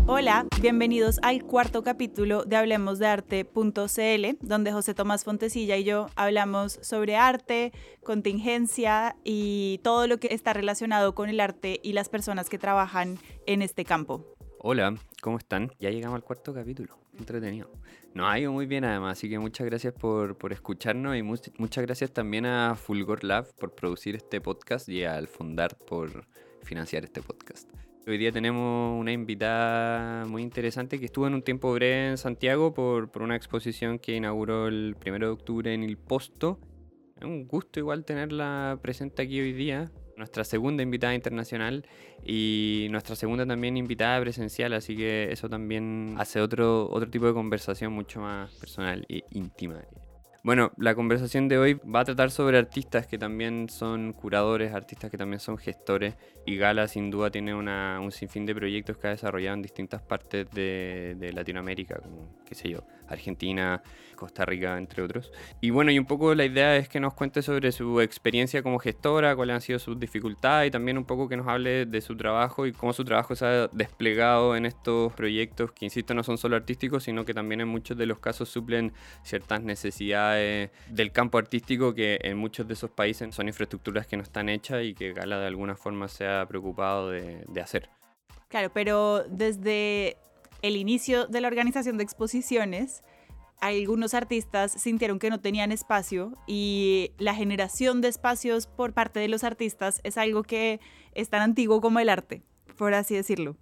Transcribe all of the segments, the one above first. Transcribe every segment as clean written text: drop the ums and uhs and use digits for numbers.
Hola, bienvenidos al cuarto capítulo de hablemosdearte.cl, donde José Tomás Fontecilla y yo hablamos sobre arte, contingencia y todo lo que está relacionado con el arte y las personas que trabajan en este campo. Hola, ¿cómo están? Ya llegamos al cuarto capítulo, entretenido. Nos ha ido muy bien además, así que muchas gracias por escucharnos y muchas gracias también a Fulgor Lab por producir este podcast y al Fundart por financiar este podcast. Hoy día tenemos una invitada muy interesante que estuvo en un tiempo breve en Santiago por una exposición que inauguró el 1 de octubre en Il Posto. Es un gusto igual tenerla presente aquí hoy día. Nuestra segunda invitada internacional y nuestra segunda también invitada presencial, así que eso también hace otro tipo de conversación mucho más personal e íntima. Bueno, la conversación de hoy va a tratar sobre artistas que también son curadores, artistas que también son gestores, y Gala sin duda tiene un sinfín de proyectos que ha desarrollado en distintas partes de Latinoamérica, como, qué sé yo, Argentina, Costa Rica, entre otros. Y bueno, y un poco la idea es que nos cuente sobre su experiencia como gestora, cuáles han sido sus dificultades y también un poco que nos hable de su trabajo y cómo su trabajo se ha desplegado en estos proyectos que, insisto, no son solo artísticos, sino que también en muchos de los casos suplen ciertas necesidades del campo artístico que en muchos de esos países son infraestructuras que no están hechas y que Gala de alguna forma se ha preocupado de hacer. Claro, pero desde el inicio de la organización de exposiciones, algunos artistas sintieron que no tenían espacio y la generación de espacios por parte de los artistas es algo que es tan antiguo como el arte, por así decirlo.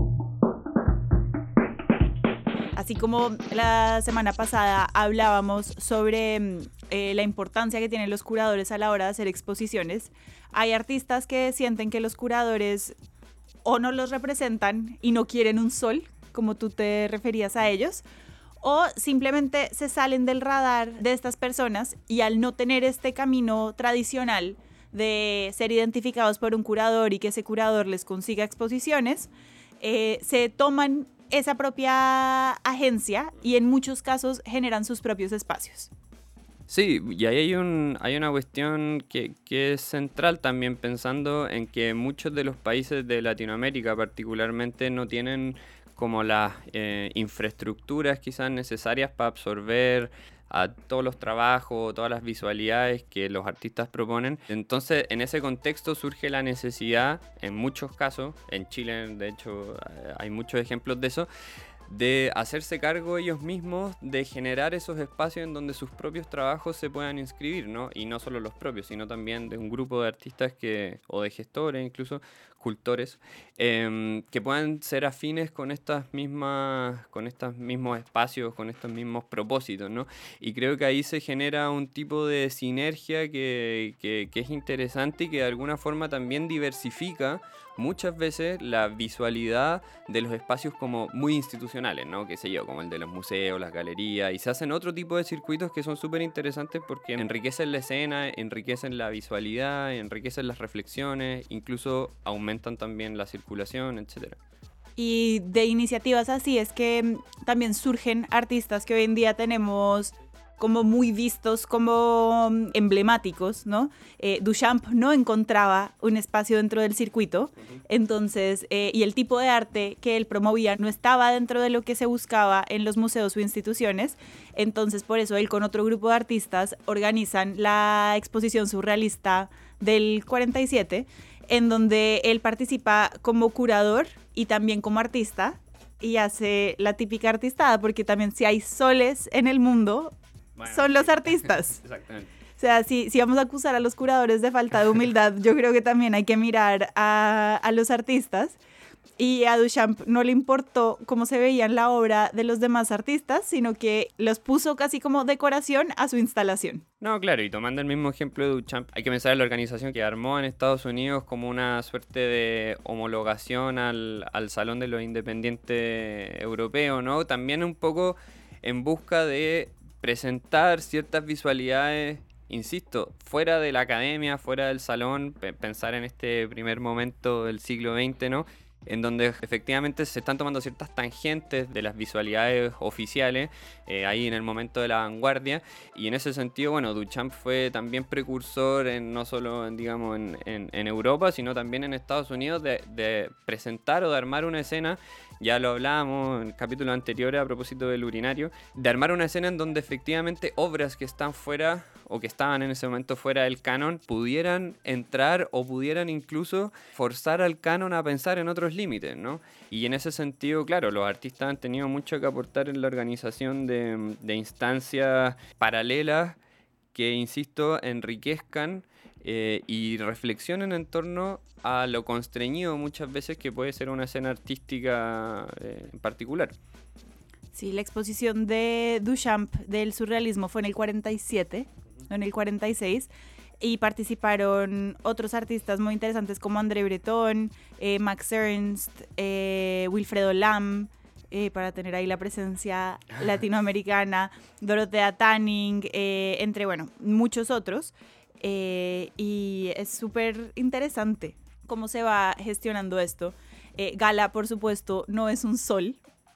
Así como la semana pasada hablábamos sobre la importancia que tienen los curadores a la hora de hacer exposiciones, hay artistas que sienten que los curadores o no los representan y no quieren un sol, como tú te referías a ellos, o simplemente se salen del radar de estas personas y al no tener este camino tradicional de ser identificados por un curador y que ese curador les consiga exposiciones, se toman esa propia agencia y en muchos casos generan sus propios espacios. Sí, y ahí hay una cuestión que es central también, pensando en que muchos de los países de Latinoamérica particularmente no tienen como las infraestructuras quizás necesarias para absorber a todos los trabajos, todas las visualidades que los artistas proponen. Entonces, en ese contexto surge la necesidad, en muchos casos, en Chile de hecho hay muchos ejemplos de eso, de hacerse cargo ellos mismos de generar esos espacios en donde sus propios trabajos se puedan inscribir, ¿no? Y no solo los propios, sino también de un grupo de artistas o de gestores, incluso cultores, que puedan ser afines con estos mismos espacios, con estos mismos propósitos, ¿no? Y creo que ahí se genera un tipo de sinergia que es interesante y que de alguna forma también diversifica muchas veces la visualidad de los espacios como muy institucionales, ¿no? Qué sé yo, como el de los museos, las galerías, y se hacen otro tipo de circuitos que son súper interesantes porque enriquecen la escena, enriquecen la visualidad, enriquecen las reflexiones, incluso aumentan también la circulación, etc. Y de iniciativas así es que también surgen artistas que hoy en día tenemos como muy vistos, como emblemáticos, ¿no? Duchamp no encontraba un espacio dentro del circuito, entonces, y el tipo de arte que él promovía no estaba dentro de lo que se buscaba en los museos o instituciones, entonces por eso él con otro grupo de artistas organizan la exposición surrealista del 47, en donde él participa como curador y también como artista, y hace la típica artistada, porque también si hay soles en el mundo, bueno, son los artistas. Exactamente. O sea, si vamos a acusar a los curadores de falta de humildad, yo creo que también hay que mirar a los artistas. Y a Duchamp no le importó cómo se veía en la obra de los demás artistas, sino que los puso casi como decoración a su instalación. No, claro, y tomando el mismo ejemplo de Duchamp, hay que pensar en la organización que armó en Estados Unidos como una suerte de homologación al Salón de los Independientes Europeo, ¿no? También un poco en busca de presentar ciertas visualidades, insisto, fuera de la academia, fuera del salón, pensar en este primer momento del siglo XX, ¿no? En donde efectivamente se están tomando ciertas tangentes de las visualidades oficiales, ahí en el momento de la vanguardia, y en ese sentido, bueno, Duchamp fue también precursor no solo en Europa, sino también en Estados Unidos de presentar o de armar una escena ya lo hablábamos en capítulos anteriores a propósito del urinario, de armar una escena en donde efectivamente obras que están fuera o que estaban en ese momento fuera del canon pudieran entrar o pudieran incluso forzar al canon a pensar en otros límites, ¿no? Y en ese sentido, claro, los artistas han tenido mucho que aportar en la organización de instancias paralelas que, insisto, enriquezcan y reflexionen en torno a lo constreñido muchas veces que puede ser una escena artística en particular. Sí, la exposición de Duchamp del surrealismo fue en el 47, no en el 46, y participaron otros artistas muy interesantes como André Breton, Max Ernst, Wilfredo Lam, para tener ahí la presencia latinoamericana, Dorothea Tanning, entre, muchos otros. Y es súper interesante cómo se va gestionando esto. Gala, por supuesto, no es un sol,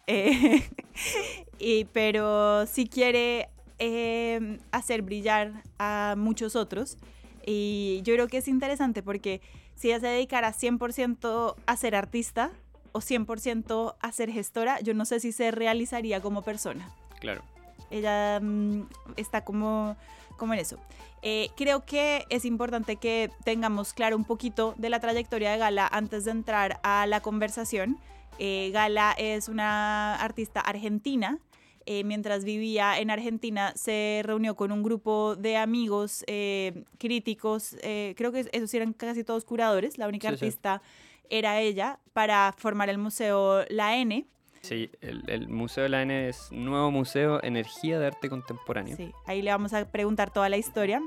pero sí quiere hacer brillar a muchos otros. Y yo creo que es interesante porque si ella se dedicara 100% a ser artista o 100% a ser gestora, yo no sé si se realizaría como persona. Claro. Ella está como en eso. Creo que es importante que tengamos claro un poquito de la trayectoria de Gala antes de entrar a la conversación. Gala es una artista argentina. Mientras vivía en Argentina se reunió con un grupo de amigos críticos, creo que esos eran casi todos curadores, la única artista era ella, para formar el Museo La N. Sí, el Museo de la N es Nuevo Museo Energía de Arte Contemporáneo. Sí, ahí le vamos a preguntar toda la historia.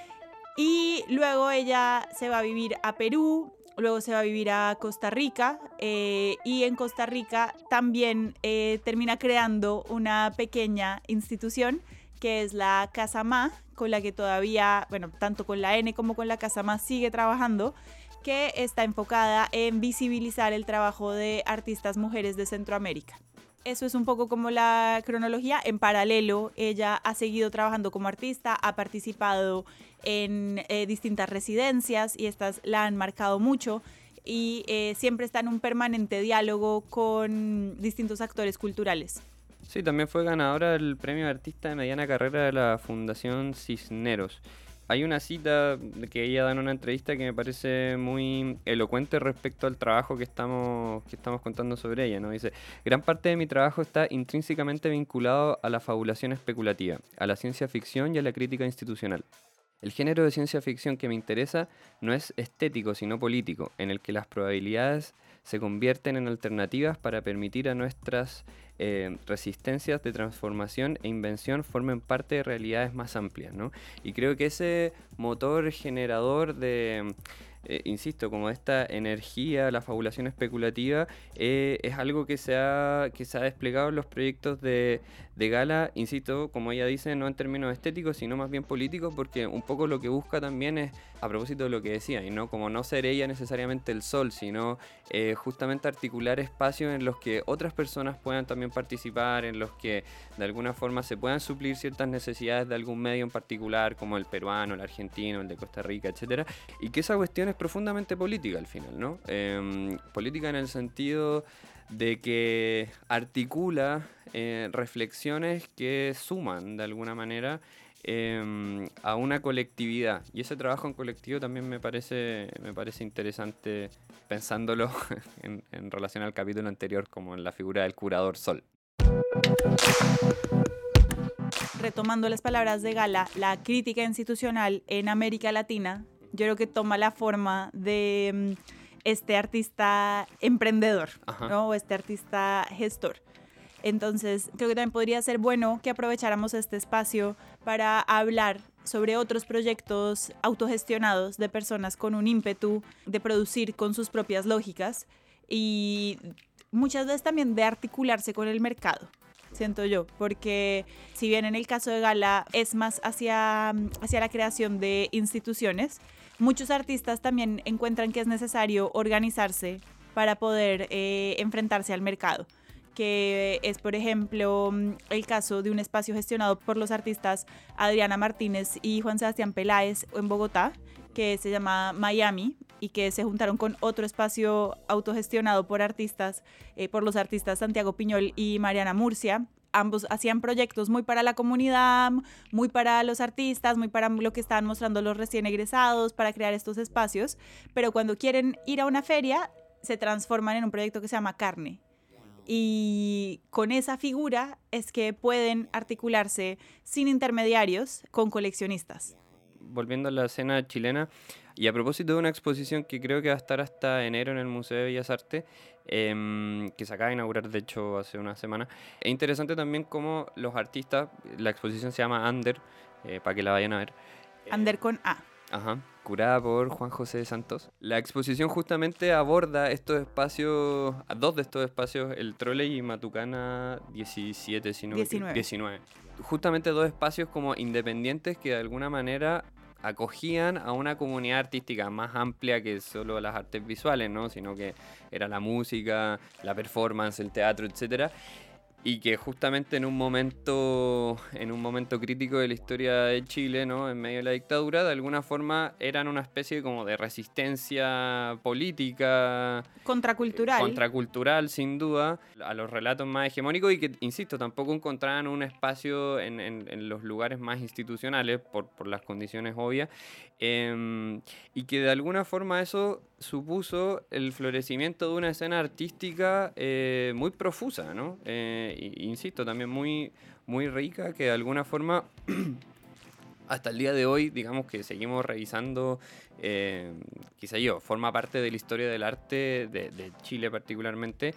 Y luego ella se va a vivir a Perú, luego se va a vivir a Costa Rica y en Costa Rica también termina creando una pequeña institución que es la Casa Ma, con la que todavía, tanto con la N como con la Casa Ma sigue trabajando, que está enfocada en visibilizar el trabajo de artistas mujeres de Centroamérica. Eso es un poco como la cronología. En paralelo, ella ha seguido trabajando como artista, ha participado en distintas residencias y estas la han marcado mucho y siempre está en un permanente diálogo con distintos actores culturales. Sí, también fue ganadora del premio de artista de mediana carrera de la Fundación Cisneros. Hay una cita que ella da en una entrevista que me parece muy elocuente respecto al trabajo que estamos contando sobre ella, ¿no? Dice: gran parte de mi trabajo está intrínsecamente vinculado a la fabulación especulativa, a la ciencia ficción y a la crítica institucional. El género de ciencia ficción que me interesa no es estético, sino político, en el que las probabilidades se convierten en alternativas para permitir a nuestras resistencias de transformación e invención formen parte de realidades más amplias, ¿no? Y creo que ese motor generador de... insisto, como esta energía, la fabulación especulativa, es algo que se ha desplegado en los proyectos de Gala, insisto, como ella dice, no en términos estéticos, sino más bien políticos, porque un poco lo que busca también es, a propósito de lo que decía, y no como no ser ella necesariamente el sol, sino justamente articular espacios en los que otras personas puedan también participar, en los que de alguna forma se puedan suplir ciertas necesidades de algún medio en particular, como el peruano, el argentino, el de Costa Rica, etcétera, y que esa cuestión es profundamente política al final, ¿no? Política en el sentido de que articula reflexiones que suman de alguna manera a una colectividad, y ese trabajo en colectivo también me parece interesante pensándolo en relación al capítulo anterior, como en la figura del curador sol. Retomando las palabras de Gala, la crítica institucional en América Latina, yo creo que toma la forma de este artista emprendedor, ¿no? O este artista gestor. Entonces, creo que también podría ser bueno que aprovecháramos este espacio para hablar sobre otros proyectos autogestionados de personas con un ímpetu de producir con sus propias lógicas y muchas veces también de articularse con el mercado, siento yo, porque si bien en el caso de Gala es más hacia la creación de instituciones, muchos artistas también encuentran que es necesario organizarse para poder enfrentarse al mercado, que es, por ejemplo, el caso de un espacio gestionado por los artistas Adriana Martínez y Juan Sebastián Peláez en Bogotá, que se llama Miami, y que se juntaron con otro espacio autogestionado por los artistas Santiago Piñol y Mariana Murcia. Ambos hacían proyectos muy para la comunidad, muy para los artistas, muy para lo que estaban mostrando los recién egresados, para crear estos espacios, pero cuando quieren ir a una feria se transforman en un proyecto que se llama Carne. Y con esa figura es que pueden articularse sin intermediarios con coleccionistas. Volviendo a la escena chilena, y a propósito de una exposición que creo que va a estar hasta enero en el Museo de Bellas Artes, que se acaba de inaugurar de hecho hace una semana, es interesante también cómo los artistas, la exposición se llama Under, para que la vayan a ver. Under con A. Ajá, curada por Juan José de Santos. La exposición justamente aborda estos espacios, dos de estos espacios, el Trolley y Matucana 17, si no 19. Justamente dos espacios como independientes que de alguna manera acogían a una comunidad artística más amplia que solo las artes visuales, ¿no? Sino que era la música, la performance, el teatro, etcétera. Y que justamente en un momento crítico de la historia de Chile, ¿no? En medio de la dictadura, de alguna forma eran una especie como de resistencia política. Contracultural, sin duda, a los relatos más hegemónicos y que, insisto, tampoco encontraban un espacio en los lugares más institucionales por las condiciones obvias. Y que de alguna forma eso supuso el florecimiento de una escena artística muy profusa, ¿no? Insisto, también muy, muy rica, que de alguna forma hasta el día de hoy, digamos que seguimos revisando, quizá forma parte de la historia del arte de Chile particularmente,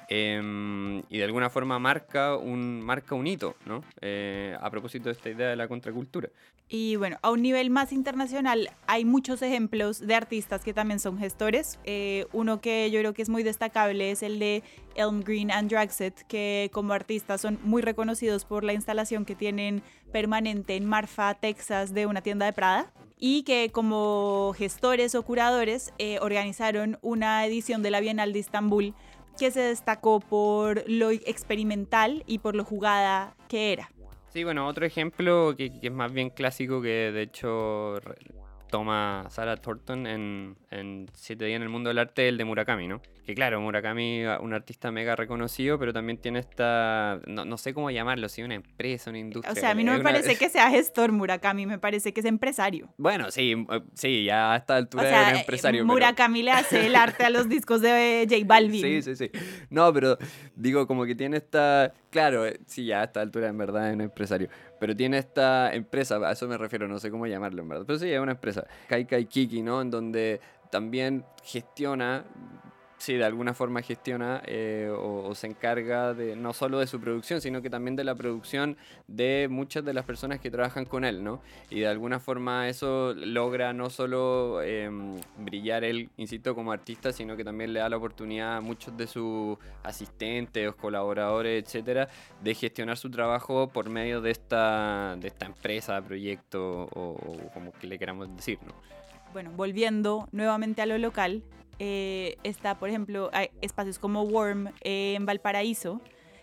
y de alguna forma marca un hito, ¿no? A propósito de esta idea de la contracultura. Y bueno, a un nivel más internacional hay muchos ejemplos de artistas que también son gestores. Uno que yo creo que es muy destacable es el de Elmgreen and Dragset, que como artistas son muy reconocidos por la instalación que tienen permanente en Marfa, Texas, de una tienda de Prada, y que como gestores o curadores organizaron una edición de la Bienal de Estambul que se destacó por lo experimental y por lo jugada que era. Sí, bueno, otro ejemplo que es más bien clásico, que de hecho toma Sarah Thornton en 7 días en el mundo del arte, el de Murakami, ¿no? Que claro, Murakami, un artista mega reconocido, pero también tiene esta, no sé cómo llamarlo, si una empresa, una industria. O sea, a mí no me parece que sea gestor Murakami, me parece que es empresario. Bueno, sí, ya a esta altura es un empresario. Murakami le hace el arte a los discos de J Balvin. Sí. No, pero digo, como que tiene esta, claro, sí, ya a esta altura en verdad es un empresario. Pero tiene esta empresa, a eso me refiero, no sé cómo llamarlo en verdad. Pero sí, es una empresa, Kaikai Kiki, ¿no? En donde también gestiona, sí, de alguna forma gestiona o se encarga de no solo de su producción, sino que también de la producción de muchas de las personas que trabajan con él, ¿no? Y de alguna forma eso logra no solo brillar él, insisto, como artista, sino que también le da la oportunidad a muchos de sus asistentes o colaboradores, etcétera, de gestionar su trabajo por medio de esta empresa, proyecto o como que le queramos decir, ¿no? Bueno, volviendo nuevamente a lo local, está, por ejemplo, hay espacios como Worm en Valparaíso,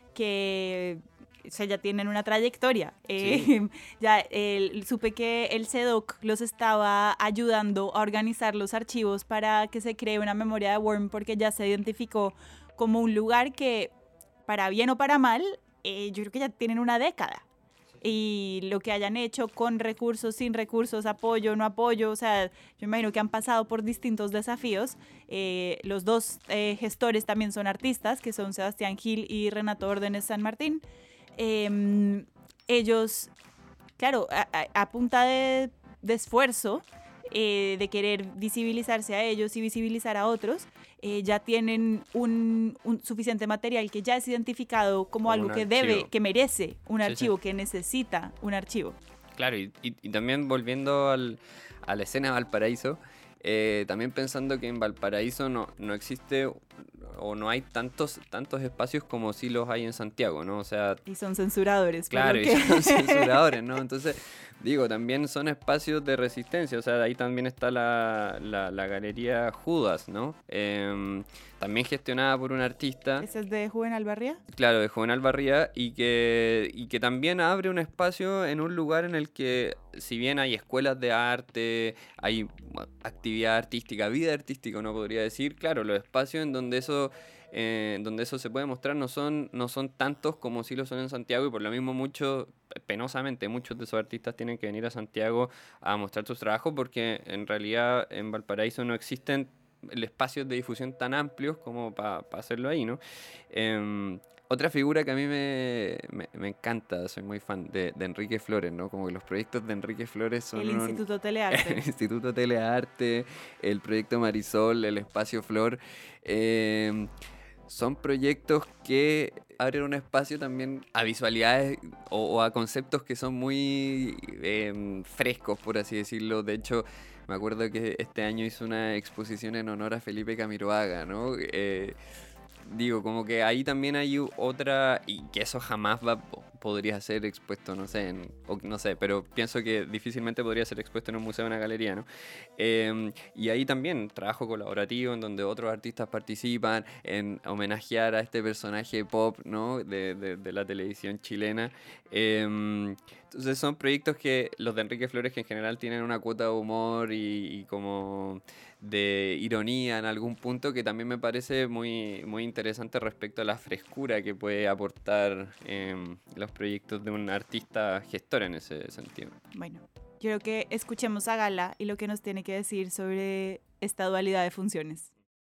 que ya tienen una trayectoria. Sí. Supe que el CEDOC los estaba ayudando a organizar los archivos para que se cree una memoria de Worm, porque ya se identificó como un lugar que, para bien o para mal, yo creo que ya tienen una década. Y lo que hayan hecho con recursos, sin recursos, apoyo, no apoyo, o sea, yo imagino que han pasado por distintos desafíos. Los dos gestores también son artistas, que son Sebastián Gil y Renato Órdenes San Martín. Ellos, claro, a punta de esfuerzo, de querer visibilizarse a ellos y visibilizar a otros, ya tienen un suficiente material que ya es identificado como algo que debe, que merece un archivo, que necesita un archivo. Claro, y también volviendo a la escena de Valparaíso, también pensando que en Valparaíso no existe o no hay tantos espacios como sí los hay en Santiago, ¿no? O sea, Y son censuradores. claro, y pero son censuradores, ¿no? Entonces, digo, también son espacios de resistencia, o sea, ahí también está la galería Judas, ¿no? También gestionada por un artista. ¿Ese es de Juvenal Barría? Claro, de Juvenal Barría, y que también abre un espacio en un lugar en el que, si bien hay escuelas de arte, hay actividad artística, vida artística, uno podría decir, claro, los espacios en donde eso se puede mostrar no son tantos como sí lo son en Santiago, y por lo mismo penosamente, muchos de esos artistas tienen que venir a Santiago a mostrar sus trabajos, porque en realidad en Valparaíso no existen espacios de difusión tan amplios como para hacerlo ahí, ¿no? Otra figura que a mí me encanta, soy muy fan de Enrique Flores, ¿no? Como que los proyectos de Enrique Flores son El Instituto el Telearte. Instituto Telearte, el proyecto Marisol, el Espacio Flor. Son proyectos que abren un espacio también a visualidades o a conceptos que son muy frescos, por así decirlo. De hecho, me acuerdo que este año hizo una exposición en honor a Felipe Camiroaga, ¿no? Digo, como que ahí también hay otra, y que eso jamás podría ser expuesto, no sé, no sé, pero pienso que difícilmente podría ser expuesto en un museo o una galería, ¿no? Y ahí también trabajo colaborativo en donde otros artistas participan en homenajear a este personaje pop, ¿no? de la televisión chilena. Entonces son proyectos que los de Enrique Flores, que en general tienen una cuota de humor y como de ironía en algún punto, que también me parece muy, muy interesante respecto a la frescura que puede aportar los proyectos de un artista gestor en ese sentido. Bueno, quiero que escuchemos a Gala y lo que nos tiene que decir sobre esta dualidad de funciones.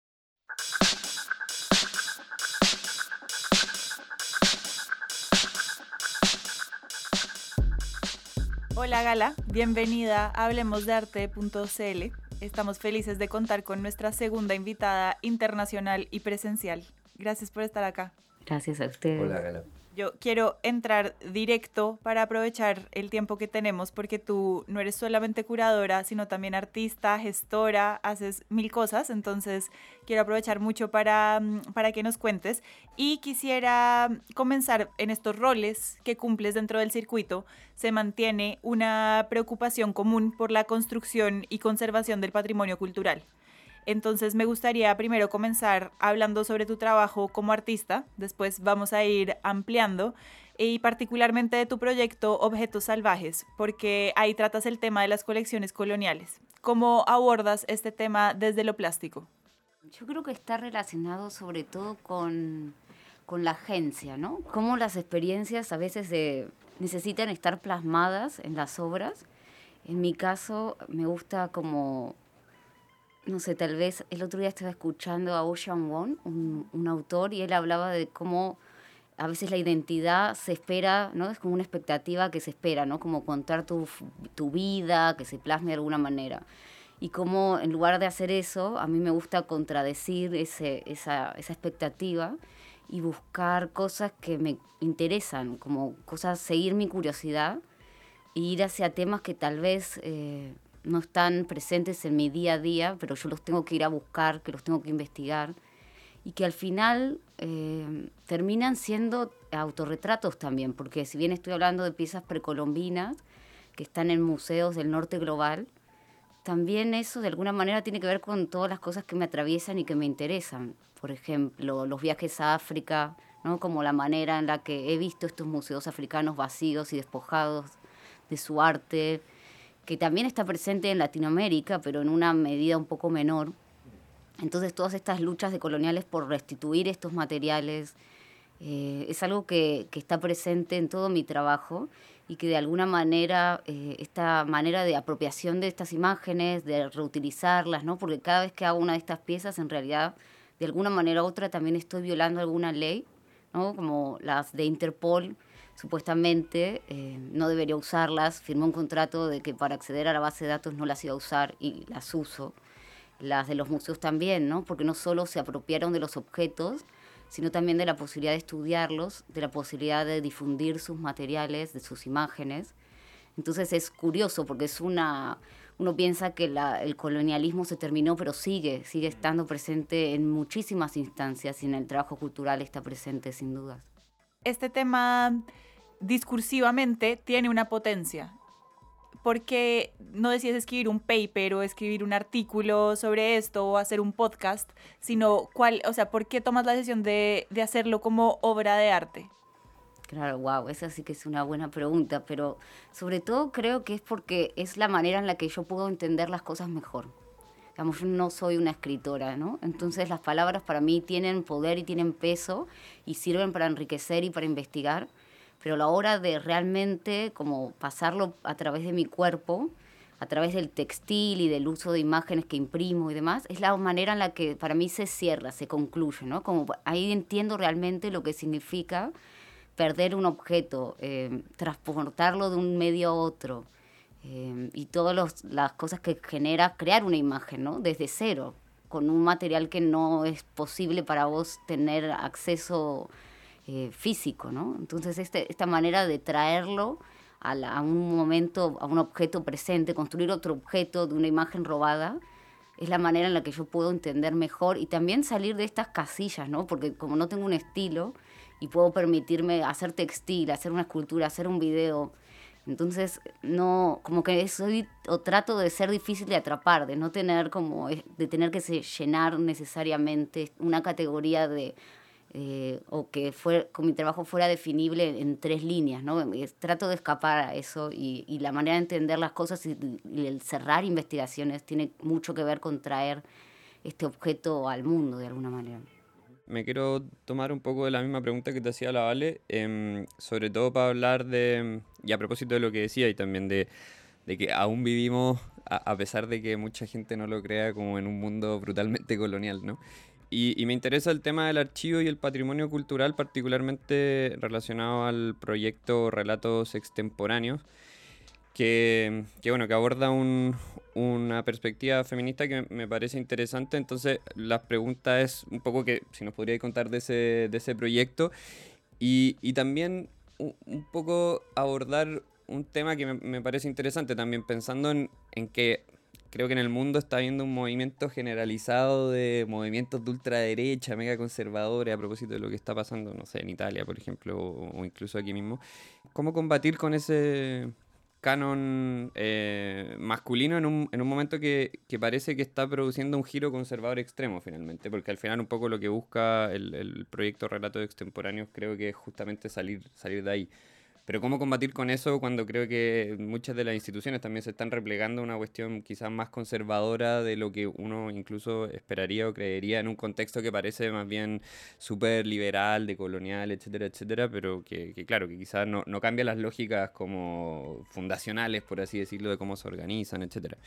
Hola Gala, bienvenida a hablemosdearte.cl. Estamos felices de contar con nuestra segunda invitada internacional y presencial. Gracias por estar acá. Gracias a ustedes. Hola, Gala. Yo quiero entrar directo para aprovechar el tiempo que tenemos, porque tú no eres solamente curadora, sino también artista, gestora, haces mil cosas, entonces quiero aprovechar mucho para que nos cuentes. Y quisiera comenzar en estos roles que cumples dentro del circuito. Se mantiene una preocupación común por la construcción y conservación del patrimonio cultural. Entonces me gustaría primero comenzar hablando sobre tu trabajo como artista, después vamos a ir ampliando, y particularmente de tu proyecto Objetos Salvajes, porque ahí tratas el tema de las colecciones coloniales. ¿Cómo abordas este tema desde lo plástico? Yo creo que está relacionado sobre todo con la agencia, ¿no? Cómo las experiencias a veces necesitan estar plasmadas en las obras. En mi caso me gusta como... No sé, tal vez el otro día estaba escuchando a Ocean Vuong, un autor, y él hablaba de cómo a veces la identidad se espera, ¿no? Es como una expectativa que se espera, ¿no? Como contar tu vida, que se plasme de alguna manera. Y cómo en lugar de hacer eso, a mí me gusta contradecir esa expectativa y buscar cosas que me interesan, como cosas, seguir mi curiosidad e ir hacia temas que tal vez... no están presentes en mi día a día, pero yo los tengo que ir a buscar, que los tengo que investigar, y que al final terminan siendo autorretratos también, porque si bien estoy hablando de piezas precolombinas que están en museos del norte global, también eso de alguna manera tiene que ver con todas las cosas que me atraviesan y que me interesan. Por ejemplo, los viajes a África, ¿no? Como la manera en la que he visto estos museos africanos vacíos y despojados de su arte, que también está presente en Latinoamérica, pero en una medida un poco menor. Entonces, todas estas luchas de coloniales por restituir estos materiales es algo que está presente en todo mi trabajo, y que de alguna manera, esta manera de apropiación de estas imágenes, de reutilizarlas, ¿no? Porque cada vez que hago una de estas piezas, en realidad, de alguna manera u otra, también estoy violando alguna ley, ¿no? Como las de Interpol, supuestamente no debería usarlas, firmé un contrato de que para acceder a la base de datos no las iba a usar y las uso. Las de los museos también, ¿no? Porque no solo se apropiaron de los objetos, sino también de la posibilidad de estudiarlos, de la posibilidad de difundir sus materiales, de sus imágenes. Entonces es curioso porque es una uno piensa que el colonialismo se terminó, pero sigue estando presente en muchísimas instancias y en el trabajo cultural está presente sin dudas. Este tema discursivamente tiene una potencia. ¿Por qué no decides escribir un paper o escribir un artículo sobre esto o hacer un podcast, sino por qué tomas la decisión de hacerlo como obra de arte? Claro, wow, esa sí que es una buena pregunta, pero sobre todo creo que es porque es la manera en la que yo puedo entender las cosas mejor. Digamos, yo no soy una escritora, ¿no? Entonces las palabras para mí tienen poder y tienen peso y sirven para enriquecer y para investigar, pero a la hora de realmente como pasarlo a través de mi cuerpo, a través del textil y del uso de imágenes que imprimo y demás, es la manera en la que para mí se cierra, se concluye, ¿no? Como ahí entiendo realmente lo que significa perder un objeto, transportarlo de un medio a otro, y todas las cosas que genera crear una imagen, ¿no? Desde cero, con un material que no es posible para vos tener acceso físico, ¿no? Entonces esta manera de traerlo a un momento, a un objeto presente, construir otro objeto de una imagen robada, es la manera en la que yo puedo entender mejor y también salir de estas casillas, ¿no? Porque como no tengo un estilo y puedo permitirme hacer textil, hacer una escultura, hacer un video, entonces no, como que soy o trato de ser difícil de atrapar, de no tener como, de tener que llenar necesariamente una categoría de o que con mi trabajo fuera definible en 3 líneas, ¿no? Trato de escapar a eso y la manera de entender las cosas y el cerrar investigaciones tiene mucho que ver con traer este objeto al mundo de alguna manera. Me quiero tomar un poco de la misma pregunta que te hacía la Vale, sobre todo para hablar de, y a propósito de lo que decía y también de que aún vivimos, a pesar de que mucha gente no lo crea, como en un mundo brutalmente colonial, ¿no? Y me interesa el tema del archivo y el patrimonio cultural, particularmente relacionado al proyecto Relatos Extemporáneos, que aborda una perspectiva feminista que me parece interesante. Entonces, la pregunta es un poco que si nos podríais contar de ese proyecto y también un poco abordar un tema que me parece interesante también, pensando en que creo que en el mundo está habiendo un movimiento generalizado de movimientos de ultraderecha, mega conservadores, a propósito de lo que está pasando, no sé, en Italia, por ejemplo, o incluso aquí mismo. ¿Cómo combatir con ese canon masculino en un momento que parece que está produciendo un giro conservador extremo finalmente? Porque al final un poco lo que busca el proyecto Relatos Extemporáneos creo que es justamente salir de ahí. Pero ¿cómo combatir con eso cuando creo que muchas de las instituciones también se están replegando a una cuestión quizás más conservadora de lo que uno incluso esperaría o creería en un contexto que parece más bien súper liberal, decolonial, etcétera, etcétera, pero que claro, que quizás no cambia las lógicas como fundacionales, por así decirlo, de cómo se organizan, etcétera?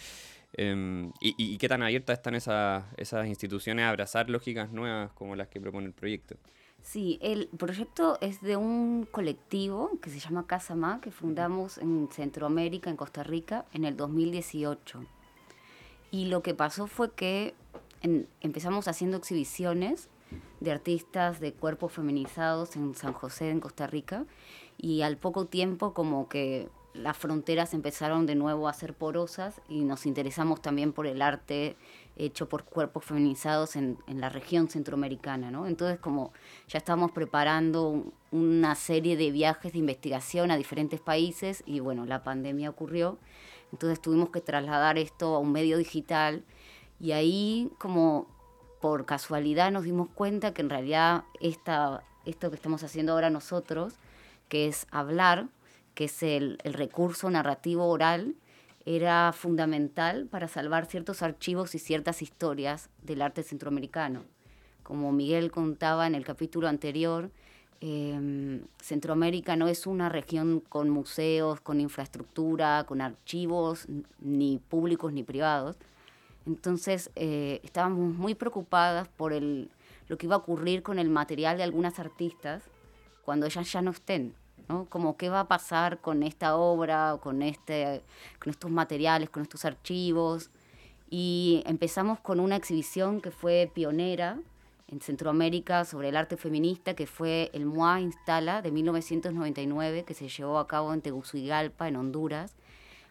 ¿Y qué tan abiertas están esas instituciones a abrazar lógicas nuevas como las que propone el proyecto? Sí, el proyecto es de un colectivo que se llama Casa Ma, que fundamos en Centroamérica, en Costa Rica, en el 2018. Y lo que pasó fue que empezamos haciendo exhibiciones de artistas de cuerpos feminizados en San José, en Costa Rica, y al poco tiempo como que las fronteras empezaron de nuevo a ser porosas y nos interesamos también por el arte hecho por cuerpos feminizados en la región centroamericana, ¿no? Entonces, como ya estábamos preparando una serie de viajes de investigación a diferentes países y, bueno, la pandemia ocurrió, entonces tuvimos que trasladar esto a un medio digital y ahí, como por casualidad, nos dimos cuenta que en realidad esto que estamos haciendo ahora nosotros, que es hablar, que es el recurso narrativo oral, era fundamental para salvar ciertos archivos y ciertas historias del arte centroamericano. Como Miguel contaba en el capítulo anterior, Centroamérica no es una región con museos, con infraestructura, con archivos, ni públicos ni privados. Entonces estábamos muy preocupadas por lo que iba a ocurrir con el material de algunas artistas cuando ellas ya no estén, ¿no? Como qué va a pasar con esta obra, con estos materiales, con estos archivos. Y empezamos con una exhibición que fue pionera en Centroamérica sobre el arte feminista, que fue el MOA Instala de 1999, que se llevó a cabo en Tegucigalpa, en Honduras.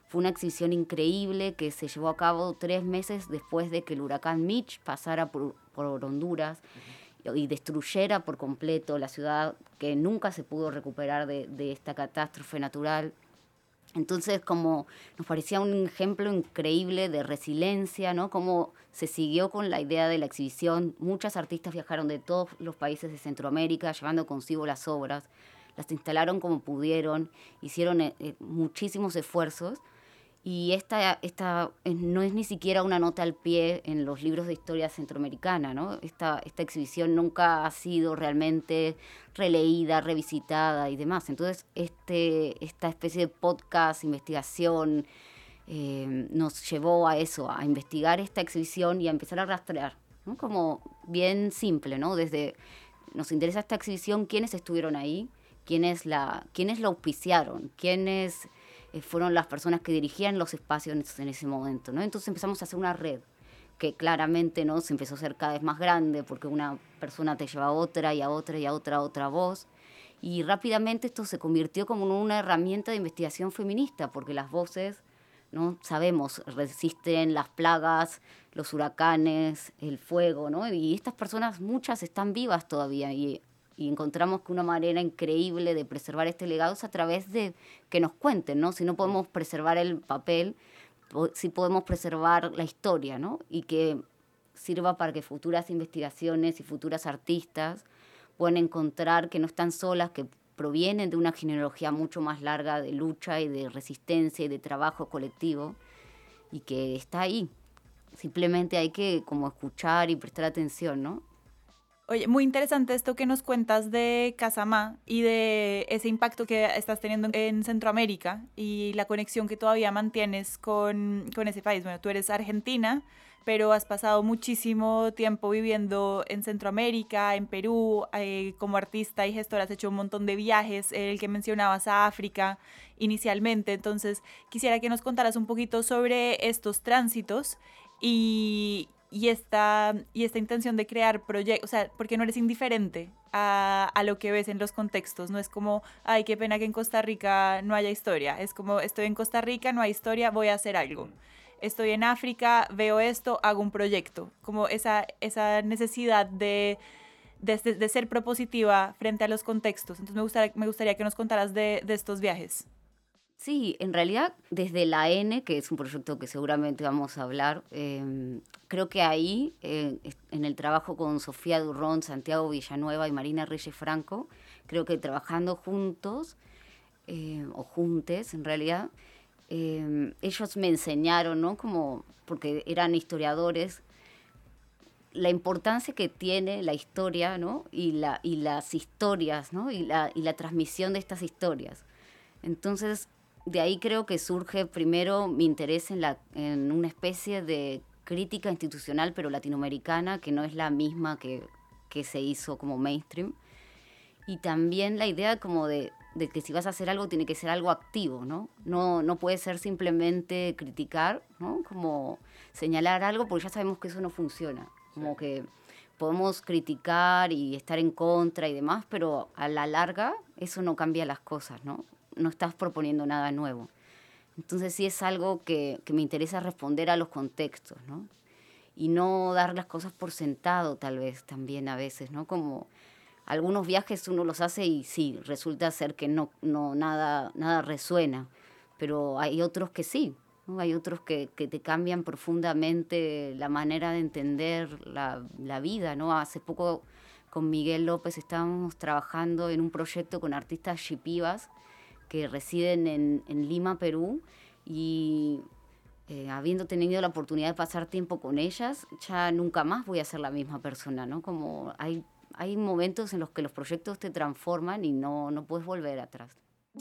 Fue una exhibición increíble que se llevó a cabo 3 meses después de que el huracán Mitch pasara por Honduras y destruyera por completo la ciudad, que nunca se pudo recuperar de esta catástrofe natural. Entonces, como nos parecía un ejemplo increíble de resiliencia, ¿no? Cómo se siguió con la idea de la exhibición. Muchas artistas viajaron de todos los países de Centroamérica llevando consigo las obras, las instalaron como pudieron, hicieron muchísimos esfuerzos. Y esta no es ni siquiera una nota al pie en los libros de historia centroamericana, ¿no? Esta exhibición nunca ha sido realmente releída, revisitada y demás. Entonces, esta especie de podcast, investigación, nos llevó a eso, a investigar esta exhibición y a empezar a rastrear, ¿no? Como bien simple, ¿no? Desde, nos interesa esta exhibición, quiénes estuvieron ahí, quiénes la auspiciaron, quiénes fueron las personas que dirigían los espacios en ese momento, ¿no? Entonces empezamos a hacer una red que claramente, ¿no?, se empezó a hacer cada vez más grande porque una persona te lleva a otra y a otra y a otra voz. Y rápidamente esto se convirtió como en una herramienta de investigación feminista porque las voces, ¿no?, sabemos, resisten las plagas, los huracanes, el fuego, ¿no? Y estas personas, muchas están vivas todavía y encontramos que una manera increíble de preservar este legado es a través de que nos cuenten, ¿no? Si no podemos preservar el papel, sí podemos preservar la historia, ¿no? Y que sirva para que futuras investigaciones y futuras artistas puedan encontrar que no están solas, que provienen de una genealogía mucho más larga de lucha y de resistencia y de trabajo colectivo y que está ahí. Simplemente hay que como escuchar y prestar atención, ¿no? Oye, muy interesante esto que nos cuentas de Casamá y de ese impacto que estás teniendo en Centroamérica y la conexión que todavía mantienes con ese país. Bueno, tú eres argentina, pero has pasado muchísimo tiempo viviendo en Centroamérica, en Perú, como artista y gestora has hecho un montón de viajes, el que mencionabas a África inicialmente. Entonces, quisiera que nos contaras un poquito sobre estos tránsitos y esta intención de crear proyectos, o sea, porque no eres indiferente a lo que ves en los contextos, no es como, ay, qué pena que en Costa Rica no haya historia, es como, estoy en Costa Rica, no hay historia, voy a hacer algo. Estoy en África, veo esto, hago un proyecto, como esa necesidad de ser propositiva frente a los contextos. Entonces me gustaría que nos contaras de estos viajes. Sí, en realidad desde la N, que es un proyecto que seguramente vamos a hablar, creo que ahí, en el trabajo con Sofía Durrón, Santiago Villanueva y Marina Reyes Franco, creo que trabajando juntos, o juntes en realidad, ellos me enseñaron, ¿no? Como, porque eran historiadores, la importancia que tiene la historia, ¿no? Y las historias, ¿no? Y la transmisión de estas historias. Entonces, de ahí creo que surge primero mi interés en una especie de crítica institucional, pero latinoamericana, que no es la misma que se hizo como mainstream. Y también la idea como de que si vas a hacer algo, tiene que ser algo activo, ¿no? No puede ser simplemente criticar, ¿no? Como señalar algo, porque ya sabemos que eso no funciona. Como que podemos criticar y estar en contra y demás, pero a la larga eso no cambia las cosas, ¿no? No estás proponiendo nada nuevo. Entonces sí es algo que me interesa responder a los contextos, ¿no? Y no dar las cosas por sentado, tal vez, también a veces, ¿no? Como algunos viajes uno los hace y sí, resulta ser que no nada resuena, pero hay otros que sí, ¿no? Hay otros que te cambian profundamente la manera de entender la vida, ¿no? Hace poco con Miguel López estábamos trabajando en un proyecto con artistas shipibas que residen en Lima, Perú, y habiendo tenido la oportunidad de pasar tiempo con ellas, ya nunca más voy a ser la misma persona, ¿no? Como hay momentos en los que los proyectos te transforman y no puedes volver atrás.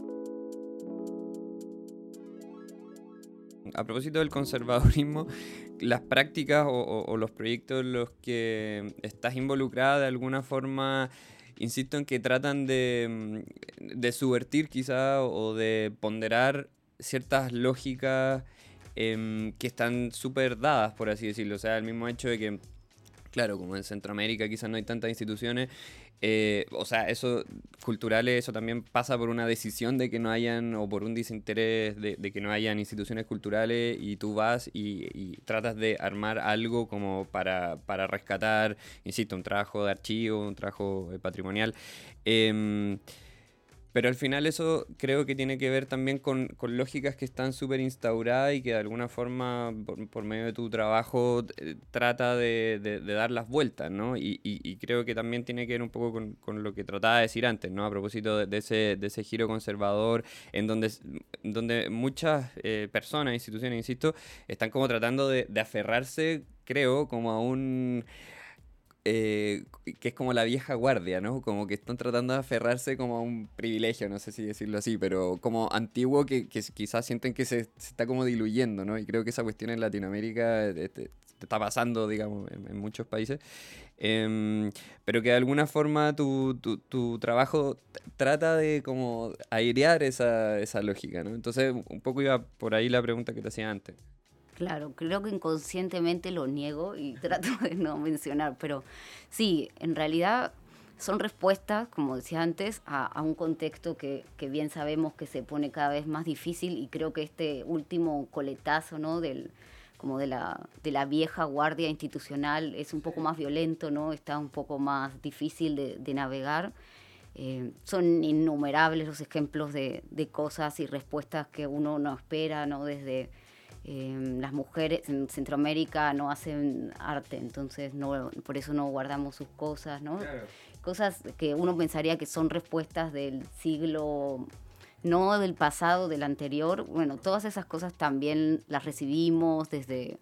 A propósito del conservadurismo, las prácticas o los proyectos en los que estás involucrada de alguna forma, insisto en que tratan de subvertir quizá o de ponderar ciertas lógicas que están súper dadas, por así decirlo. O sea, el mismo hecho de que Claro, como en Centroamérica quizás no hay tantas instituciones, o sea, eso, culturales, eso también pasa por una decisión de que no hayan, o por un desinterés de que no hayan instituciones culturales, y tú vas y tratas de armar algo como para rescatar, insisto, un trabajo de archivo, un trabajo patrimonial. Em, pero al final eso creo que tiene que ver también con lógicas que están súper instauradas y que de alguna forma, por medio de tu trabajo, trata de dar las vueltas, ¿no? Y creo que también tiene que ver un poco con lo que trataba de decir antes, ¿no? A propósito de ese giro conservador, en donde muchas personas, instituciones, insisto, están como tratando de aferrarse, creo, como a un que es como la vieja guardia, ¿no? Como que están tratando de aferrarse como a un privilegio, no sé si decirlo así, pero como antiguo que quizás sienten que se está como diluyendo, ¿no? Y creo que esa cuestión en Latinoamérica está pasando, digamos, en muchos países. Pero que de alguna forma tu trabajo trata de como airear esa lógica, ¿no? Entonces, un poco iba por ahí la pregunta que te hacía antes. Claro, creo que inconscientemente lo niego y trato de no mencionar, pero sí, en realidad son respuestas, como decía antes, a un contexto que bien sabemos que se pone cada vez más difícil, y creo que este último coletazo, ¿no? Como de la vieja guardia institucional es un poco más violento, ¿no? Está un poco más difícil de navegar. Son innumerables los ejemplos de cosas y respuestas que uno no espera, ¿no? Desde las mujeres en Centroamérica no hacen arte, entonces por eso no guardamos sus cosas, ¿no? Claro. Cosas que uno pensaría que son respuestas del siglo, no del pasado, del anterior. Bueno, todas esas cosas también las recibimos desde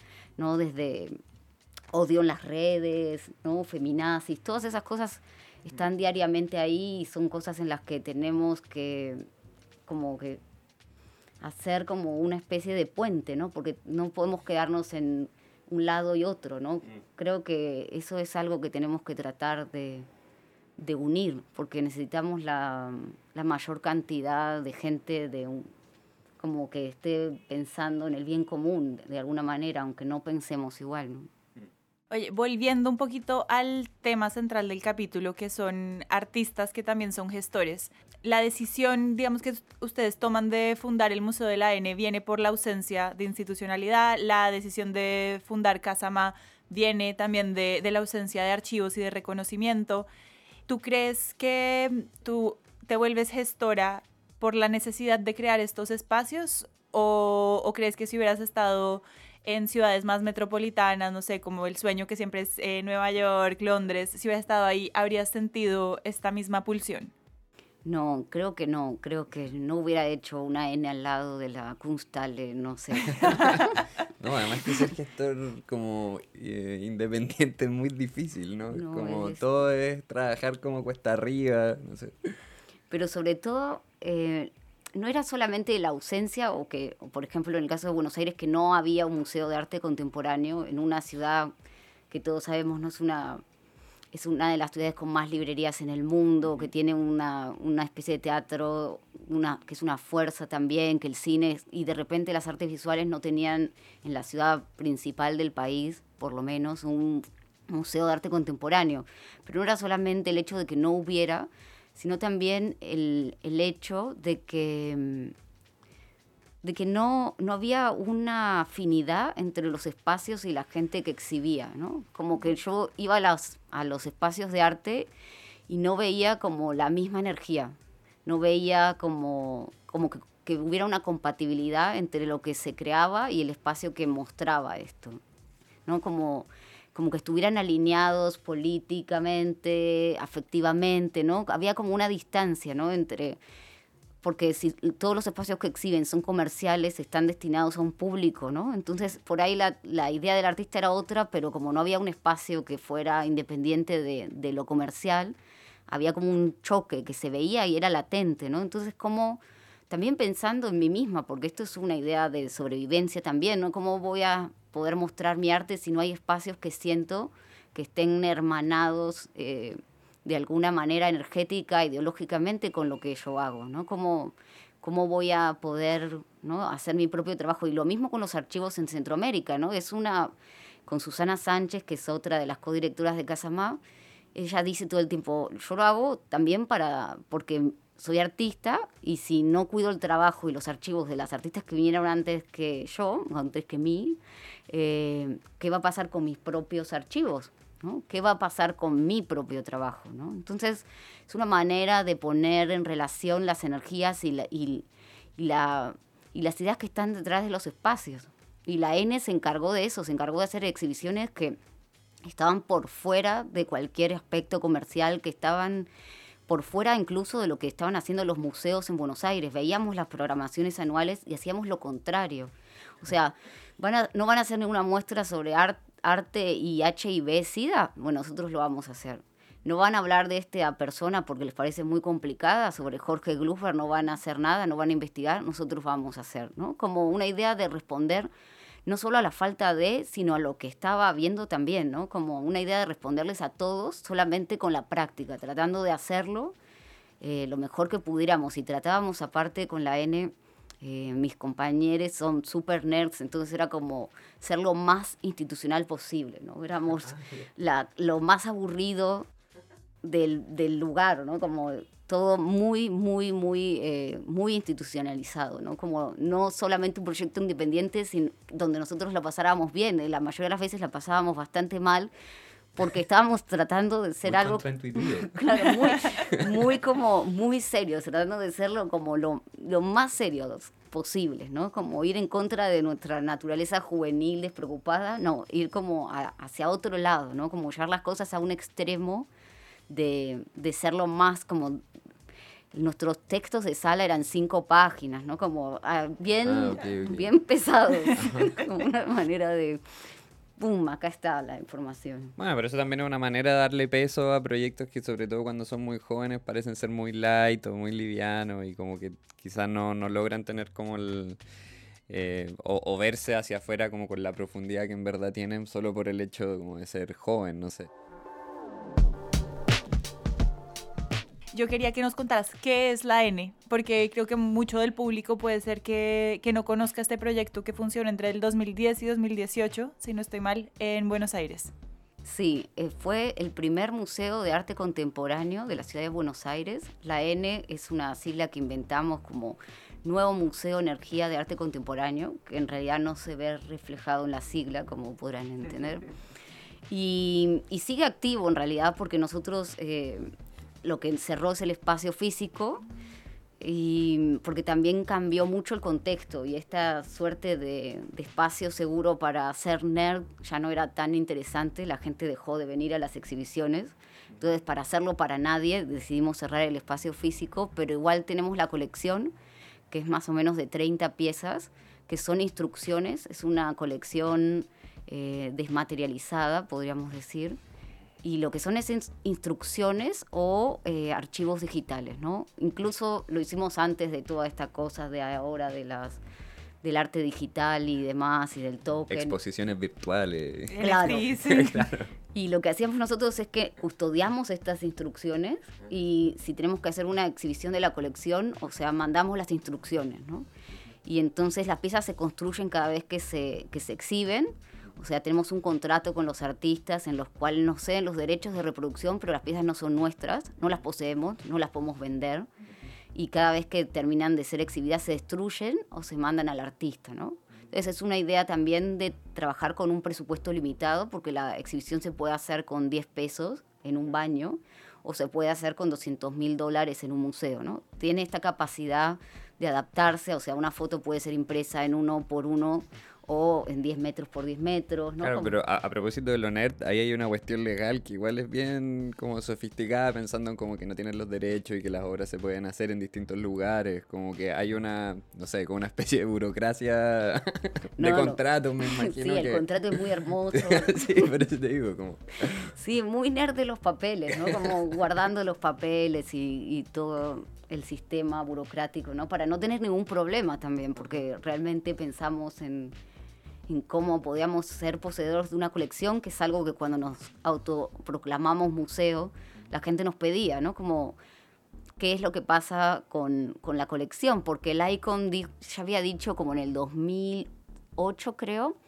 odio en las redes, ¿no? Feminazis, todas esas cosas están diariamente ahí y son cosas en las que tenemos que como que hacer como una especie de puente, ¿no? Porque no podemos quedarnos en un lado y otro, ¿no? Creo que eso es algo que tenemos que tratar de unir, porque necesitamos la mayor cantidad de gente como que esté pensando en el bien común de alguna manera, aunque no pensemos igual, ¿no? Oye, volviendo un poquito al tema central del capítulo, que son artistas que también son gestores. La decisión, digamos, que ustedes toman de fundar el Museo del ADN viene por la ausencia de institucionalidad. La decisión de fundar Casama viene también de la ausencia de archivos y de reconocimiento. ¿Tú crees que tú te vuelves gestora por la necesidad de crear estos espacios? ¿O crees que si hubieras estado en ciudades más metropolitanas, no sé, como el sueño que siempre es Nueva York, Londres, si hubieras estado ahí, habrías sentido esta misma pulsión? No, creo que no hubiera hecho una N al lado de la Kunsthalle, no sé. No, además que ser gestor como independiente es muy difícil, ¿no? Como todo es trabajar como cuesta arriba, no sé. Pero sobre todo, no era solamente la ausencia, por ejemplo, en el caso de Buenos Aires, que no había un museo de arte contemporáneo en una ciudad que todos sabemos no es una de las ciudades con más librerías en el mundo, que tiene una especie de teatro, que es una fuerza también, que el cine, y de repente las artes visuales no tenían en la ciudad principal del país, por lo menos, un museo de arte contemporáneo. Pero no era solamente el hecho de que no hubiera, sino también el hecho de que no había una afinidad entre los espacios y la gente que exhibía, ¿no? Como que yo iba a los espacios de arte y no veía como la misma energía, no veía como que hubiera una compatibilidad entre lo que se creaba y el espacio que mostraba esto, ¿no? Como que estuvieran alineados políticamente, afectivamente, ¿no? Había como una distancia, ¿no? Porque si todos los espacios que exhiben son comerciales, están destinados a un público, ¿no? Entonces, por ahí la idea del artista era otra, pero como no había un espacio que fuera independiente de lo comercial, había como un choque que se veía y era latente, ¿no? Entonces, como también pensando en mí misma, porque esto es una idea de sobrevivencia también, ¿no? ¿Cómo voy a poder mostrar mi arte si no hay espacios que siento que estén hermanados de alguna manera energética, ideológicamente con lo que yo hago, ¿no? ¿Cómo voy a poder, ¿no? hacer mi propio trabajo? Y lo mismo con los archivos en Centroamérica, ¿no? Es una con Susana Sánchez, que es otra de las codirectoras de Casamá. Ella dice todo el tiempo, yo lo hago también porque soy artista, y si no cuido el trabajo y los archivos de las artistas que vinieron antes que yo, antes que mí, ¿qué va a pasar con mis propios archivos? ¿No? ¿Qué va a pasar con mi propio trabajo? ¿No? Entonces, es una manera de poner en relación las energías y las ideas que están detrás de los espacios. Y la N se encargó de eso, se encargó de hacer exhibiciones que estaban por fuera de cualquier aspecto comercial, que estaban por fuera incluso de lo que estaban haciendo los museos en Buenos Aires. Veíamos las programaciones anuales y hacíamos lo contrario. O sea, no van a hacer ninguna muestra sobre arte y HIV-Sida. Bueno, nosotros lo vamos a hacer. No van a hablar de esta persona porque les parece muy complicada. Sobre Jorge Glufer no van a hacer nada, no van a investigar. Nosotros vamos a hacer, ¿no? Como una idea de responder no solo a la falta de, sino a lo que estaba viendo también, ¿no? Como una idea de responderles a todos solamente con la práctica, tratando de hacerlo lo mejor que pudiéramos. Y tratábamos, aparte, con la N, mis compañeros son súper nerds, entonces era como ser lo más institucional posible, ¿no? Éramos lo más aburrido del lugar, ¿no? Como todo muy institucionalizado, ¿no? Como no solamente un proyecto independiente, sino donde nosotros la pasábamos bien. La mayoría de las veces la pasábamos bastante mal, porque estábamos tratando de ser algo... Claro, muy serios, tratando de serlo como lo más serios posibles, ¿no? Como ir en contra de nuestra naturaleza juvenil, despreocupada, no, ir como hacia otro lado, ¿no? Como llevar las cosas a un extremo de serlo más como... Nuestros textos de sala eran 5 páginas, ¿no? Como bien pesados, como una manera de... ¡Pum! Acá está la información. Bueno, pero eso también es una manera de darle peso a proyectos que, sobre todo cuando son muy jóvenes, parecen ser muy light o muy livianos, y como que quizás no logran tener como o verse hacia afuera como con la profundidad que en verdad tienen, solo por el hecho como de ser joven, no sé. Yo quería que nos contaras qué es la N, porque creo que mucho del público puede ser que no conozca este proyecto que funciona entre el 2010 y 2018, si no estoy mal, en Buenos Aires. Sí, fue el primer museo de arte contemporáneo de la ciudad de Buenos Aires. La N es una sigla que inventamos como Nuevo Museo Energía de Arte Contemporáneo, que en realidad no se ve reflejado en la sigla, como podrán entender. Y sigue activo en realidad, porque nosotros... lo que encerró es el espacio físico, y porque también cambió mucho el contexto, y esta suerte de espacio seguro para ser nerd ya no era tan interesante. La gente dejó de venir a las exhibiciones, entonces para hacerlo para nadie decidimos cerrar el espacio físico, pero igual tenemos la colección, que es más o menos de 30 piezas, que son instrucciones. Es una colección desmaterializada, podríamos decir, y lo que son es instrucciones o archivos digitales, ¿no? Incluso lo hicimos antes de toda esta cosa de ahora del arte digital y demás, y del token. Exposiciones virtuales. Claro. Sí. Claro. Y lo que hacíamos nosotros es que custodiamos estas instrucciones, y si tenemos que hacer una exhibición de la colección, o sea, mandamos las instrucciones, ¿no? Y entonces las piezas se construyen cada vez que se exhiben. O sea, tenemos un contrato con los artistas en los cuales nos ceden los derechos de reproducción, pero las piezas no son nuestras, no las poseemos, no las podemos vender. Y cada vez que terminan de ser exhibidas se destruyen o se mandan al artista, ¿no? Entonces es una idea también de trabajar con un presupuesto limitado, porque la exhibición se puede hacer con 10 pesos en un baño, o se puede hacer con $200.000 en un museo, ¿no? Tiene esta capacidad de adaptarse, o sea, una foto puede ser impresa en 1x1 o en 10 metros por 10 metros, ¿no? Claro, pero a propósito de lo nerd, ahí hay una cuestión legal que igual es bien como sofisticada, pensando en como que no tienen los derechos y que las obras se pueden hacer en distintos lugares, como que hay una, no sé, como una especie de burocracia de contratos, me imagino. Sí, el contrato es muy hermoso. Sí, por eso te digo, como... Sí, muy nerd de los papeles, ¿no? Como guardando los papeles y todo el sistema burocrático, ¿no? Para no tener ningún problema también, porque realmente pensamos en cómo podíamos ser poseedores de una colección, que es algo que cuando nos autoproclamamos museo, la gente nos pedía, ¿no? Como, ¿qué es lo que pasa con la colección? Porque el ICON ya había dicho, como en el 2008, creo,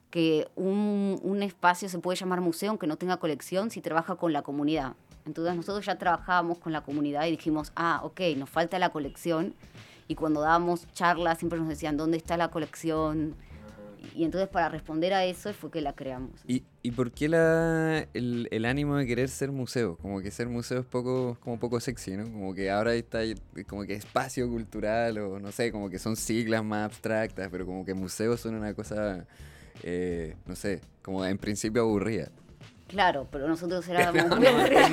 que un espacio se puede llamar museo aunque no tenga colección si trabaja con la comunidad. Entonces nosotros ya trabajábamos con la comunidad y dijimos, ok, nos falta la colección. Y cuando dábamos charlas siempre nos decían, ¿dónde está la colección? Y entonces para responder a eso fue que la creamos. ¿Y por qué el ánimo de querer ser museo? Como que ser museo es como poco sexy, ¿no? Como que ahora está como que espacio cultural o no sé, como que son siglas más abstractas, pero como que museo son una cosa, no sé, como en principio aburrida. Claro, pero nosotros éramos muy aburridos.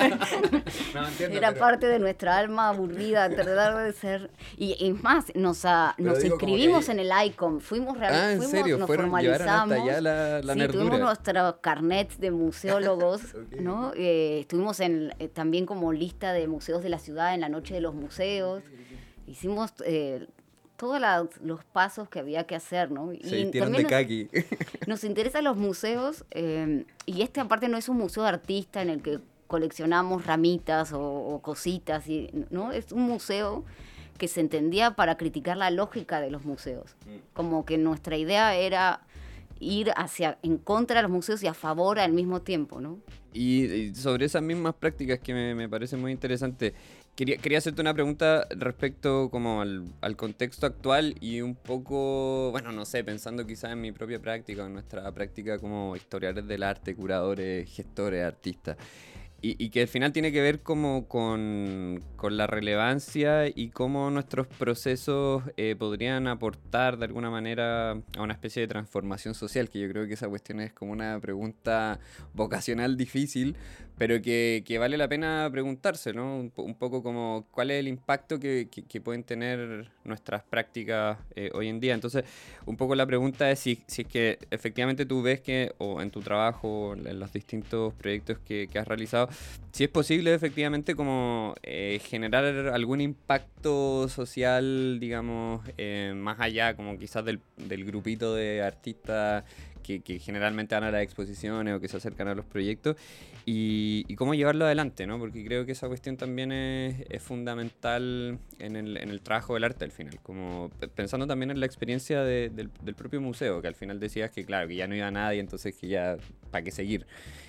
Era parte de nuestra alma aburrida, tratar de ser... Y es más, nos inscribimos en el ICOM, fuimos ¿en serio? nos Llevaron formalizamos. hasta allá la sí, nerdura. tuvimos nuestros carnets de museólogos, okay. ¿No? Estuvimos también como lista de museos de la ciudad en la noche de los museos. Hicimos... todos los pasos que había que hacer, ¿no? Se vistieron de kaki. Nos interesan los museos, y aparte no es un museo de artista en el que coleccionamos ramitas o cositas, ¿no? Es un museo que se entendía para criticar la lógica de los museos. Como que nuestra idea era ir en contra de los museos y a favor al mismo tiempo, ¿no? Y sobre esas mismas prácticas que me parece muy interesante, quería hacerte una pregunta respecto como al contexto actual y un poco, bueno, no sé, pensando quizás en mi propia práctica, en nuestra práctica como historiadores del arte, curadores, gestores, artistas. Y que al final tiene que ver como con la relevancia y cómo nuestros procesos podrían aportar de alguna manera a una especie de transformación social, que yo creo que esa cuestión es como una pregunta vocacional difícil, pero que vale la pena preguntarse, ¿no? Un poco como cuál es el impacto que pueden tener nuestras prácticas hoy en día. Entonces, un poco la pregunta es si es que efectivamente tú ves que, o en tu trabajo, en los distintos proyectos que has realizado, si es posible efectivamente como generar algún impacto social, digamos, más allá como quizás del grupito de artistas que generalmente van a las exposiciones o que se acercan a los proyectos, y cómo llevarlo adelante, ¿no? Porque creo que esa cuestión también es fundamental en el trabajo del arte al final, como pensando también en la experiencia del propio museo, que al final decías que claro, que ya no iba nadie, entonces que ya, ¿para qué seguir?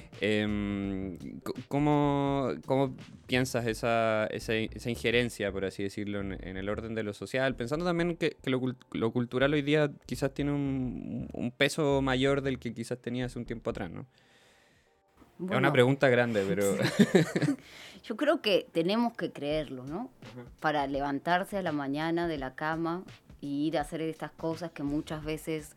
¿Cómo piensas esa injerencia, por así decirlo, en el orden de lo social? Pensando también que lo cultural hoy día quizás tiene un peso mayor del que quizás tenía hace un tiempo atrás, ¿no? Bueno, es una pregunta grande, pero... Yo creo que tenemos que creerlo, ¿no? Uh-huh. Para levantarse a la mañana de la cama y ir a hacer estas cosas que muchas veces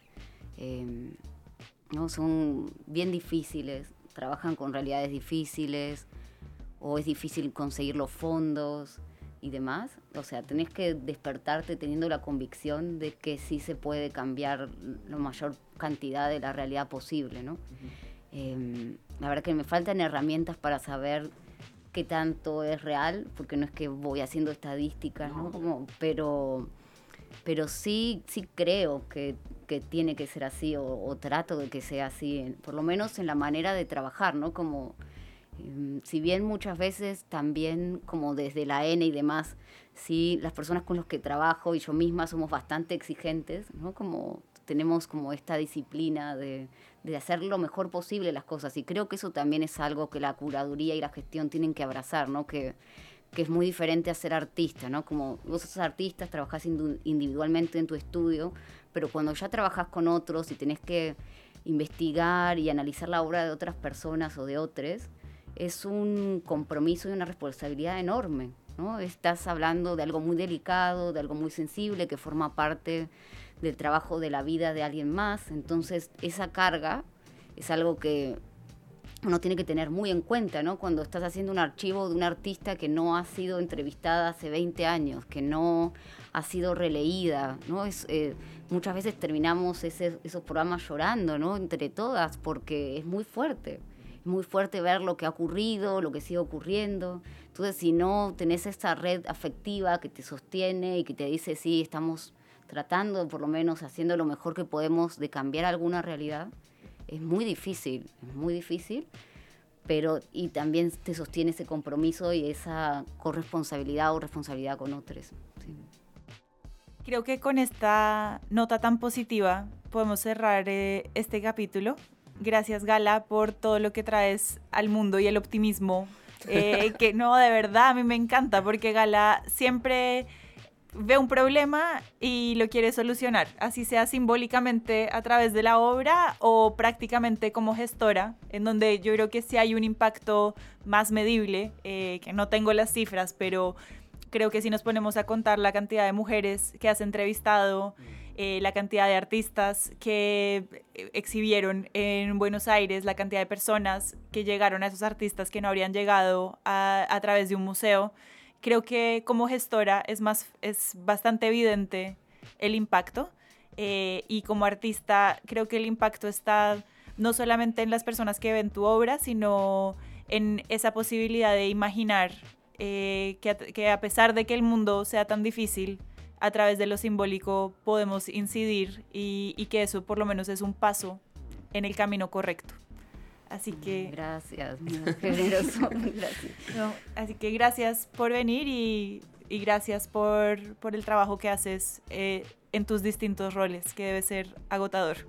no son bien difíciles, trabajan con realidades difíciles, o es difícil conseguir los fondos y demás. O sea, tenés que despertarte teniendo la convicción de que sí se puede cambiar la mayor cantidad de la realidad posible, ¿no? Uh-huh. La verdad que me faltan herramientas para saber qué tanto es real, porque no es que voy haciendo estadísticas, ¿no? Pero sí creo que tiene que ser así, o trato de que sea así, por lo menos en la manera de trabajar, ¿no? Como, si bien muchas veces también, como desde la N y demás, sí, las personas con las que trabajo y yo misma somos bastante exigentes, ¿no? Como tenemos como esta disciplina de hacer lo mejor posible las cosas, y creo que eso también es algo que la curaduría y la gestión tienen que abrazar, ¿no? Que es muy diferente a ser artista, ¿no? Como vos sos artista, trabajás individualmente en tu estudio, pero cuando ya trabajás con otros y tenés que investigar y analizar la obra de otras personas o de otros, es un compromiso y una responsabilidad enorme, ¿no? Estás hablando de algo muy delicado, de algo muy sensible, que forma parte del trabajo de la vida de alguien más. Entonces, esa carga es algo que uno tiene que tener muy en cuenta, ¿no? Cuando estás haciendo un archivo de una artista que no ha sido entrevistada hace 20 años, que no ha sido releída, ¿no? Muchas veces terminamos esos programas llorando, ¿no? Entre todas, porque es muy fuerte. Es muy fuerte ver lo que ha ocurrido, lo que sigue ocurriendo. Entonces, si no tenés esa red afectiva que te sostiene y que te dice, sí, estamos tratando, por lo menos haciendo lo mejor que podemos de cambiar alguna realidad, es muy difícil, pero y también te sostiene ese compromiso y esa corresponsabilidad o responsabilidad con otros. Sí. Creo que con esta nota tan positiva podemos cerrar este capítulo. Gracias, Gala, por todo lo que traes al mundo y el optimismo. Que no, de verdad, a mí me encanta porque Gala siempre ve un problema y lo quiere solucionar, así sea simbólicamente a través de la obra o prácticamente como gestora, en donde yo creo que sí hay un impacto más medible, que no tengo las cifras, pero creo que si nos ponemos a contar la cantidad de mujeres que has entrevistado, la cantidad de artistas que exhibieron en Buenos Aires, la cantidad de personas que llegaron a esos artistas que no habrían llegado a través de un museo, creo que como gestora es bastante evidente el impacto, y como artista creo que el impacto está no solamente en las personas que ven tu obra, sino en esa posibilidad de imaginar que a pesar de que el mundo sea tan difícil, a través de lo simbólico podemos incidir y que eso por lo menos es un paso en el camino correcto. Así que... Gracias, muy generoso. Gracias. No, así que gracias por venir y gracias por el trabajo que haces en tus distintos roles, que debe ser agotador.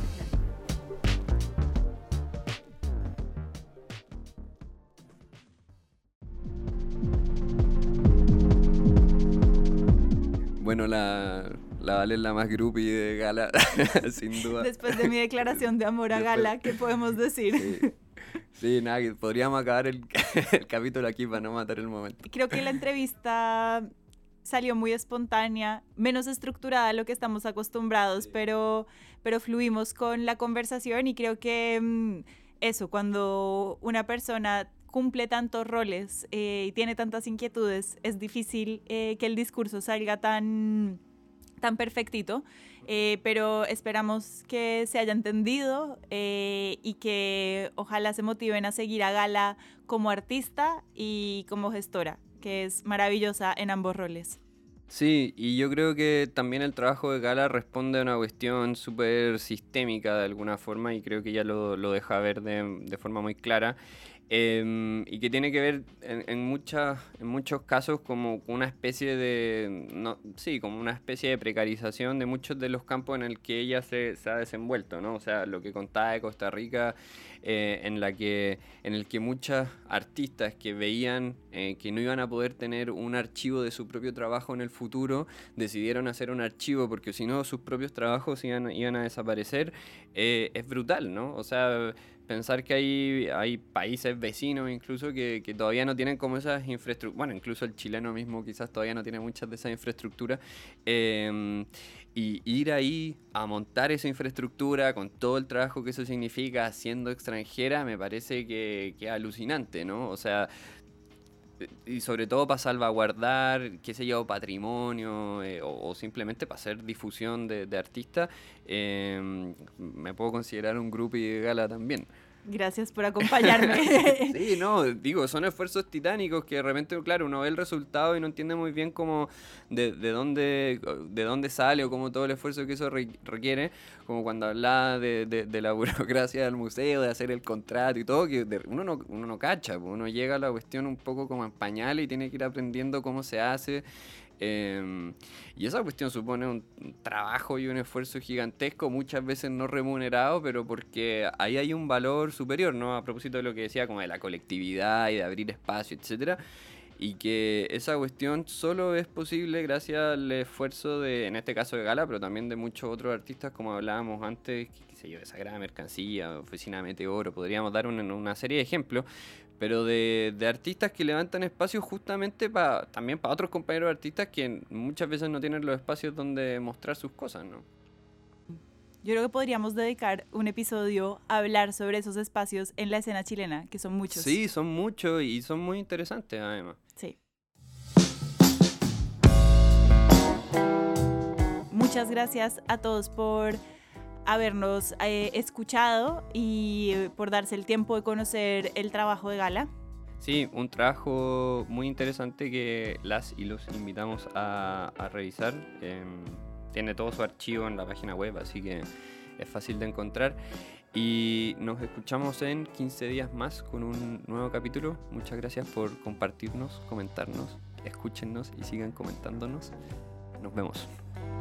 Bueno, la Vale es la más groupie de Gala, sin duda. Después de mi declaración de amor a Gala, ¿qué podemos decir? Sí, sí, nada, que podríamos acabar el capítulo aquí para no matar el momento. Creo que la entrevista salió muy espontánea, menos estructurada a lo que estamos acostumbrados, pero fluimos con la conversación y creo que eso, cuando una persona cumple tantos roles y tiene tantas inquietudes, es difícil que el discurso salga tan perfectito, pero esperamos que se haya entendido y que ojalá se motiven a seguir a Gala como artista y como gestora, que es maravillosa en ambos roles. Sí, y yo creo que también el trabajo de Gala responde a una cuestión súper sistémica de alguna forma, y creo que ella lo deja ver de forma muy clara. Y que tiene que ver en muchos casos como una especie de como una especie de precarización de muchos de los campos en el que ella se ha desenvuelto, ¿no? O sea, lo que contaba de Costa Rica, en el que muchas artistas que veían que no iban a poder tener un archivo de su propio trabajo en el futuro, decidieron hacer un archivo porque si no sus propios trabajos iban a desaparecer. Es brutal, ¿no? O sea, pensar que hay países vecinos incluso que todavía no tienen como esas infraestructuras. Bueno, incluso el chileno mismo quizás todavía no tiene muchas de esas infraestructuras. Y ir ahí a montar esa infraestructura con todo el trabajo que eso significa siendo extranjera, me parece que es alucinante, ¿no? O sea, y sobre todo para salvaguardar, qué sé yo, patrimonio, o simplemente para hacer difusión de artistas, me puedo considerar un groupie de Gala también. Gracias por acompañarme. Sí, no, digo, son esfuerzos titánicos que de repente, claro, uno ve el resultado y no entiende muy bien cómo, de dónde sale o cómo todo el esfuerzo que eso requiere, como cuando hablaba de la burocracia del museo, de hacer el contrato y todo, que uno no cacha, pues uno llega a la cuestión un poco como en pañales y tiene que ir aprendiendo cómo se hace. Y esa cuestión supone un trabajo y un esfuerzo gigantesco, muchas veces no remunerado, pero porque ahí hay un valor superior, ¿no? A propósito de lo que decía, como de la colectividad y de abrir espacio, etcétera. Y que esa cuestión solo es posible gracias al esfuerzo en este caso de Gala, pero también de muchos otros artistas, como hablábamos antes, qué sé yo, de Sagrada Mercancía, Oficina Meteoro, podríamos dar una serie de ejemplos, pero de artistas que levantan espacios justamente también para otros compañeros artistas que muchas veces no tienen los espacios donde mostrar sus cosas, ¿no? Yo creo que podríamos dedicar un episodio a hablar sobre esos espacios en la escena chilena, que son muchos. Sí, son muchos y son muy interesantes además. Sí. Muchas gracias a todos por habernos escuchado y por darse el tiempo de conocer el trabajo de Gala. Sí, un trabajo muy interesante que las y los invitamos a revisar. Tiene todo su archivo en la página web, así que es fácil de encontrar. Y nos escuchamos en 15 días más con un nuevo capítulo. Muchas gracias por compartirnos, comentarnos, escúchennos y sigan comentándonos. Nos vemos.